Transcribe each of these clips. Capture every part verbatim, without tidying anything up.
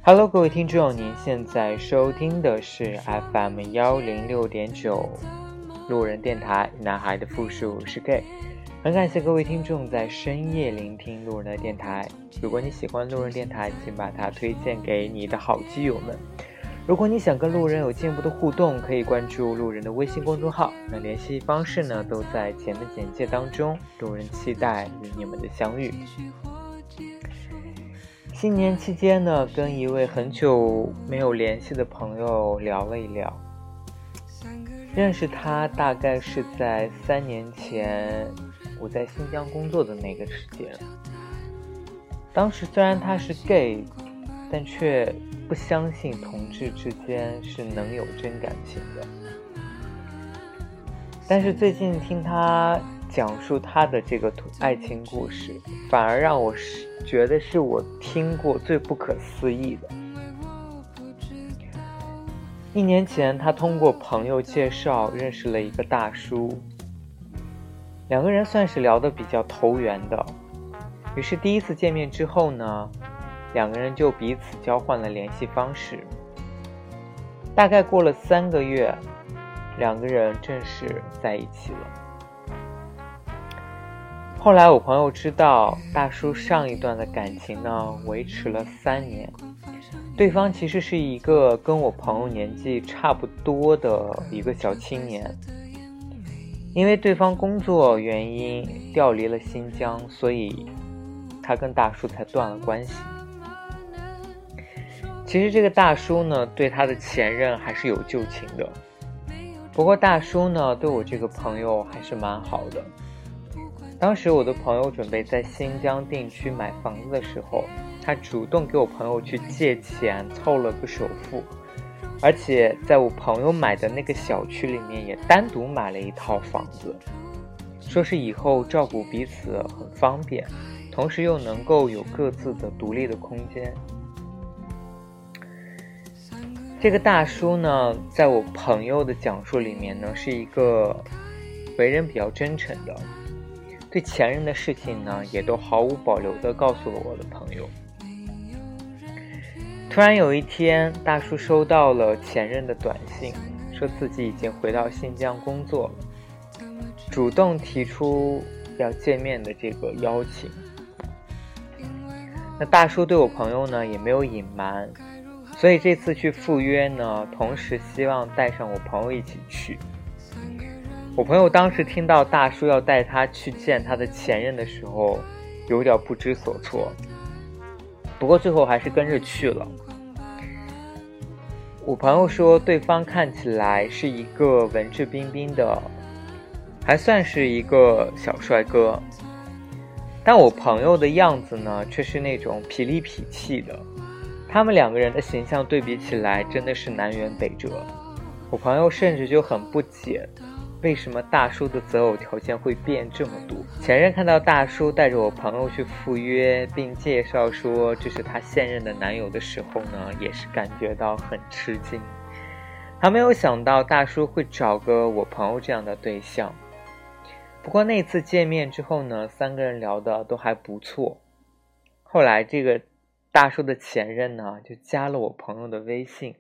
Hello， 各位听众，您现在收听的是 F M 一零六点九 路人电台，男孩的复数是 gay。很感谢各位听众在深夜聆听路人的电台。如果你喜欢路人电台，请把它推荐给你的好基友们。如果你想跟路人有进一步的互动，可以关注路人的微信公众号，那联系方式呢都在前面简介当中。路人期待与你们的相遇。新年期间呢，跟一位很久没有联系的朋友聊了一聊。认识他大概是在三年前我在新疆工作的那个时间。当时虽然他是 gay， 但却不相信同志之间是能有真感情的。但是最近听他讲述他的这个爱情故事，反而让我觉得是我听过最不可思议的。一年前，他通过朋友介绍认识了一个大叔，两个人算是聊得比较投缘的。于是第一次见面之后呢，两个人就彼此交换了联系方式。大概过了三个月，两个人正式在一起了。后来我朋友知道大叔上一段的感情呢维持了三年，对方其实是一个跟我朋友年纪差不多的一个小青年。因为对方工作原因调离了新疆，所以他跟大叔才断了关系。其实这个大叔呢对他的前任还是有旧情的，不过大叔呢对我这个朋友还是蛮好的。当时我的朋友准备在新疆定居买房子的时候，他主动给我朋友去借钱凑了个首付，而且在我朋友买的那个小区里面也单独买了一套房子，说是以后照顾彼此很方便，同时又能够有各自的独立的空间。这个大叔呢在我朋友的讲述里面呢是一个为人比较真诚的，对前任的事情呢也都毫无保留地告诉了我的朋友。突然有一天，大叔收到了前任的短信，说自己已经回到新疆工作了，主动提出要见面的这个邀请。那大叔对我朋友呢也没有隐瞒，所以这次去赴约呢，同时希望带上我朋友一起去。我朋友当时听到大叔要带他去见他的前任的时候，有点不知所措，不过最后还是跟着去了。我朋友说对方看起来是一个文质彬彬的，还算是一个小帅哥，但我朋友的样子呢却是那种痞里痞气的。他们两个人的形象对比起来真的是南辕北辙。我朋友甚至就很不解，为什么大叔的择偶条件会变这么多。前任看到大叔带着我朋友去赴约，并介绍说这是他现任的男友的时候呢，也是感觉到很吃惊。他没有想到大叔会找个我朋友这样的对象。不过那次见面之后呢，三个人聊的都还不错。后来这个大叔的前任呢就加了我朋友的微信。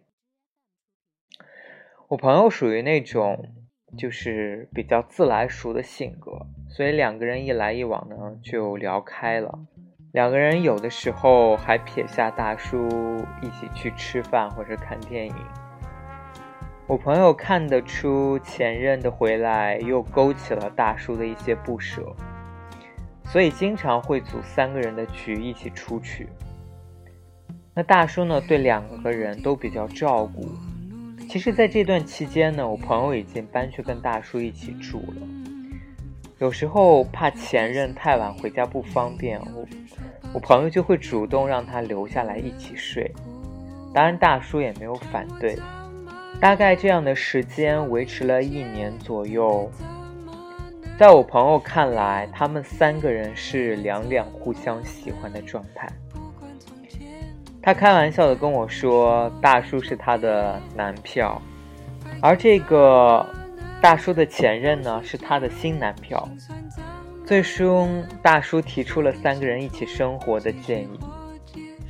我朋友属于那种就是比较自来熟的性格，所以两个人一来一往呢就聊开了。两个人有的时候还撇下大叔一起去吃饭或者看电影。我朋友看得出前任的回来又勾起了大叔的一些不舍，所以经常会组三个人的局一起出去。那大叔呢对两个人都比较照顾。其实在这段期间呢，我朋友已经搬去跟大叔一起住了。有时候怕前任太晚回家不方便，我我朋友就会主动让他留下来一起睡。当然大叔也没有反对。大概这样的时间维持了一年左右。在我朋友看来，他们三个人是两两互相喜欢的状态。他开玩笑的跟我说，大叔是他的男票，而这个大叔的前任呢是他的新男票。最终大叔提出了三个人一起生活的建议。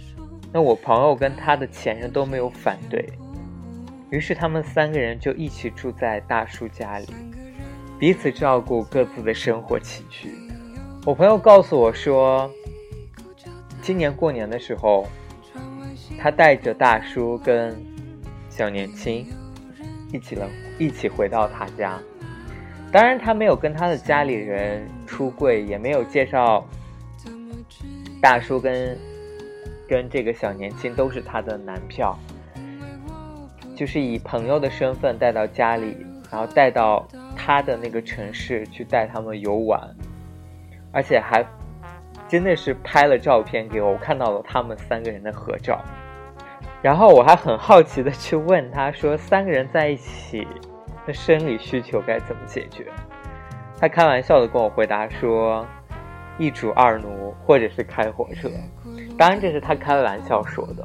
那我朋友跟他的前任都没有反对，于是他们三个人就一起住在大叔家里，彼此照顾各自的生活起居。我朋友告诉我说，今年过年的时候，他带着大叔跟小年轻一起了一起回到他家。当然他没有跟他的家里人出柜，也没有介绍大叔跟跟这个小年轻都是他的男票，就是以朋友的身份带到家里，然后带到他的那个城市去带他们游玩，而且还真的是拍了照片给我，我看到了他们三个人的合照。然后我还很好奇的去问他说，三个人在一起的生理需求该怎么解决？他开玩笑的跟我回答说，一主二奴或者是开火车。当然这是他开玩笑说的，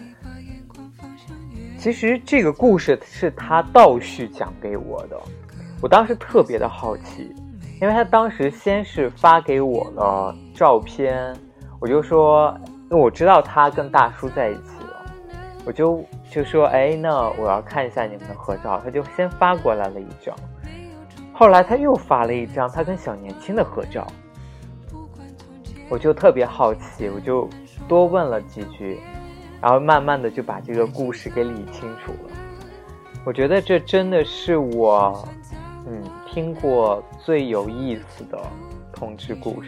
其实这个故事是他倒叙讲给我的。我当时特别的好奇，因为他当时先是发给我了照片，我就说，因为我知道他跟大叔在一起了，我就就说，哎，那我要看一下你们的合照。他就先发过来了一张，后来他又发了一张他跟小年轻的合照，我就特别好奇，我就多问了几句，然后慢慢的就把这个故事给理清楚了。我觉得这真的是我嗯听过最有意思的同志故事。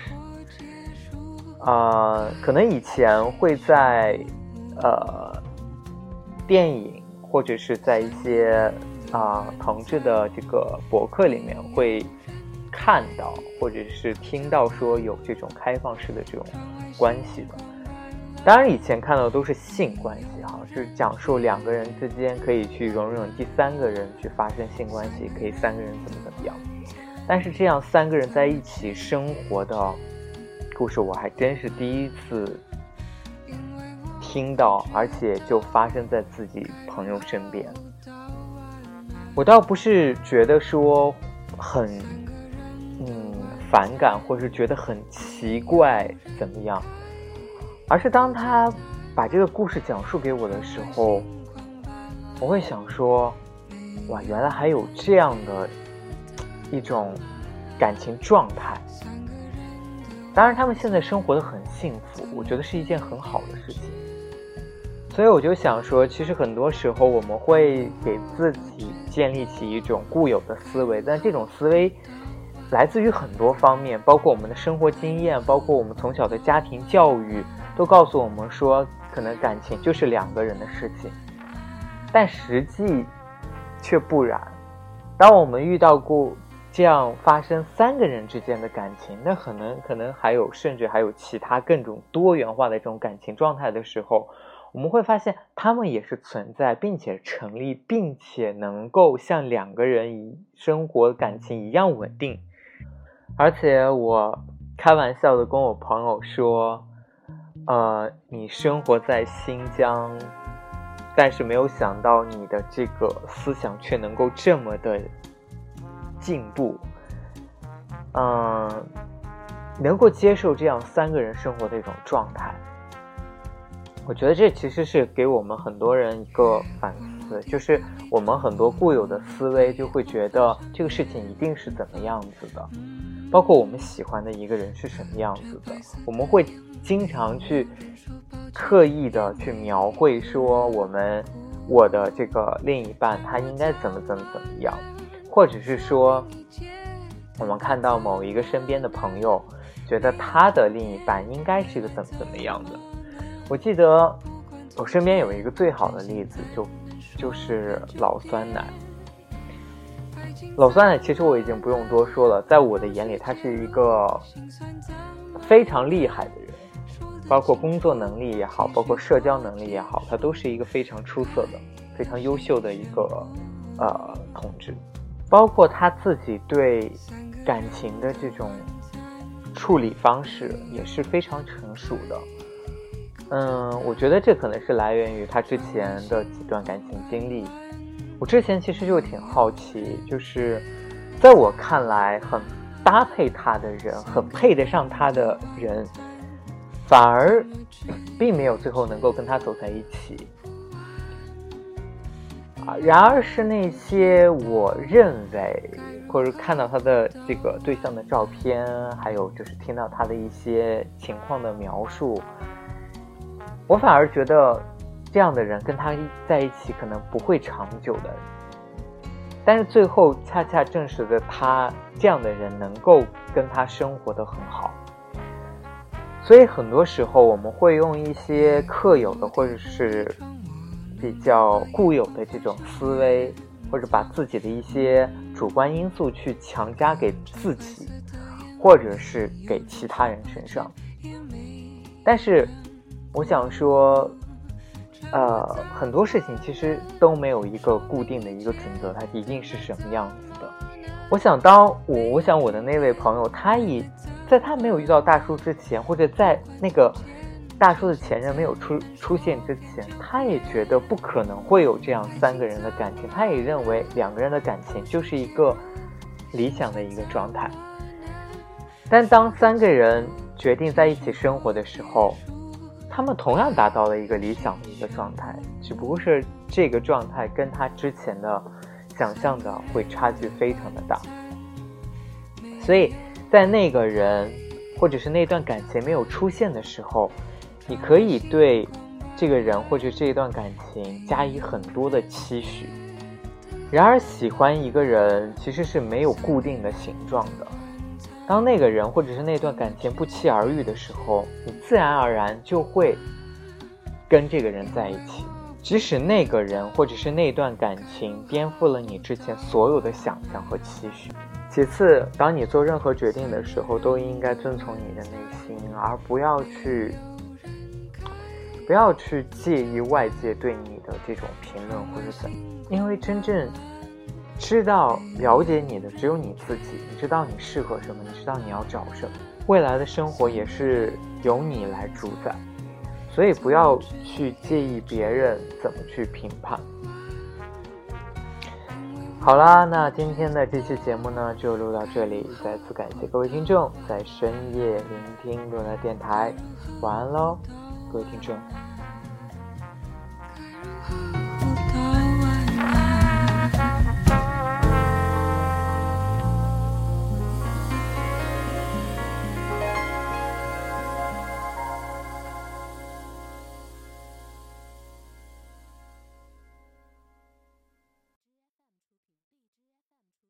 啊、呃，可能以前会在呃电影或者是在一些啊、呃、同志的这个博客里面会看到或者是听到说有这种开放式的这种关系的。当然以前看到的都是性关系哈，就是讲述两个人之间可以去容忍第三个人去发生性关系，可以三个人怎么怎么样。但是这样三个人在一起生活的故事我还真是第一次听到，而且就发生在自己朋友身边。我倒不是觉得说很嗯反感，或是觉得很奇怪怎么样，而是当他把这个故事讲述给我的时候，我会想说，哇，原来还有这样的一种感情状态。当然他们现在生活得很幸福，我觉得是一件很好的事情。所以我就想说，其实很多时候我们会给自己建立起一种固有的思维，但这种思维来自于很多方面，包括我们的生活经验，包括我们从小的家庭教育，都告诉我们说，可能感情就是两个人的事情，但实际却不然。当我们遇到过这样发生三个人之间的感情，那可能可能还有甚至还有其他更种多元化的这种感情状态的时候，我们会发现他们也是存在并且成立，并且能够像两个人一生活感情一样稳定。而且我开玩笑的跟我朋友说，呃，你生活在新疆，但是没有想到你的这个思想却能够这么的进步，嗯、呃，能够接受这样三个人生活的一种状态。我觉得这其实是给我们很多人一个反思，就是我们很多固有的思维就会觉得这个事情一定是怎么样子的，包括我们喜欢的一个人是什么样子的，我们会经常去刻意的去描绘说我们我的这个另一半他应该怎么怎么怎么样，或者是说我们看到某一个身边的朋友觉得他的另一半应该是一个怎么怎么样的。我记得我身边有一个最好的例子，就就是老酸奶。老酸奶其实我已经不用多说了，在我的眼里他是一个非常厉害的人，包括工作能力也好，包括社交能力也好，他都是一个非常出色的非常优秀的一个呃同志。包括他自己对感情的这种处理方式也是非常成熟的。嗯，我觉得这可能是来源于他之前的几段感情经历。我之前其实就挺好奇，就是在我看来很搭配他的人，很配得上他的人， 反而并没有最后能够跟他走在一起。啊，然而是那些我认为或者看到他的这个对象的照片，还有就是听到他的一些情况的描述，我反而觉得这样的人跟他在一起可能不会长久的。但是最后恰恰证实了他这样的人能够跟他生活得很好。所以很多时候我们会用一些刻有的或者是比较固有的这种思维，或者把自己的一些主观因素去强加给自己，或者是给其他人身上。但是我想说呃，很多事情其实都没有一个固定的一个准则，它一定是什么样子的。我想当我我想我的那位朋友，他以在他没有遇到大叔之前，或者在那个大叔的前任没有出出现之前，他也觉得不可能会有这样三个人的感情，他也认为两个人的感情就是一个理想的一个状态。但当三个人决定在一起生活的时候，他们同样达到了一个理想的一个状态，只不过是这个状态跟他之前的想象的会差距非常的大。所以在那个人或者是那段感情没有出现的时候，你可以对这个人或者这一段感情加以很多的期许。然而喜欢一个人其实是没有固定的形状的，当那个人或者是那段感情不期而遇的时候，你自然而然就会跟这个人在一起，即使那个人或者是那段感情颠覆了你之前所有的想象和期许。其次，当你做任何决定的时候，都应该遵从你的内心，而不要去不要去介意外界对你的这种评论或者怎么，因为真正知道了解你的只有你自己，你知道你适合什么，你知道你要找什么，未来的生活也是由你来主宰，所以不要去介意别人怎么去评判。好啦，那今天的这期节目呢就录到这里，再次感谢各位听众在深夜聆听罗拉电台，晚安咯各位听众。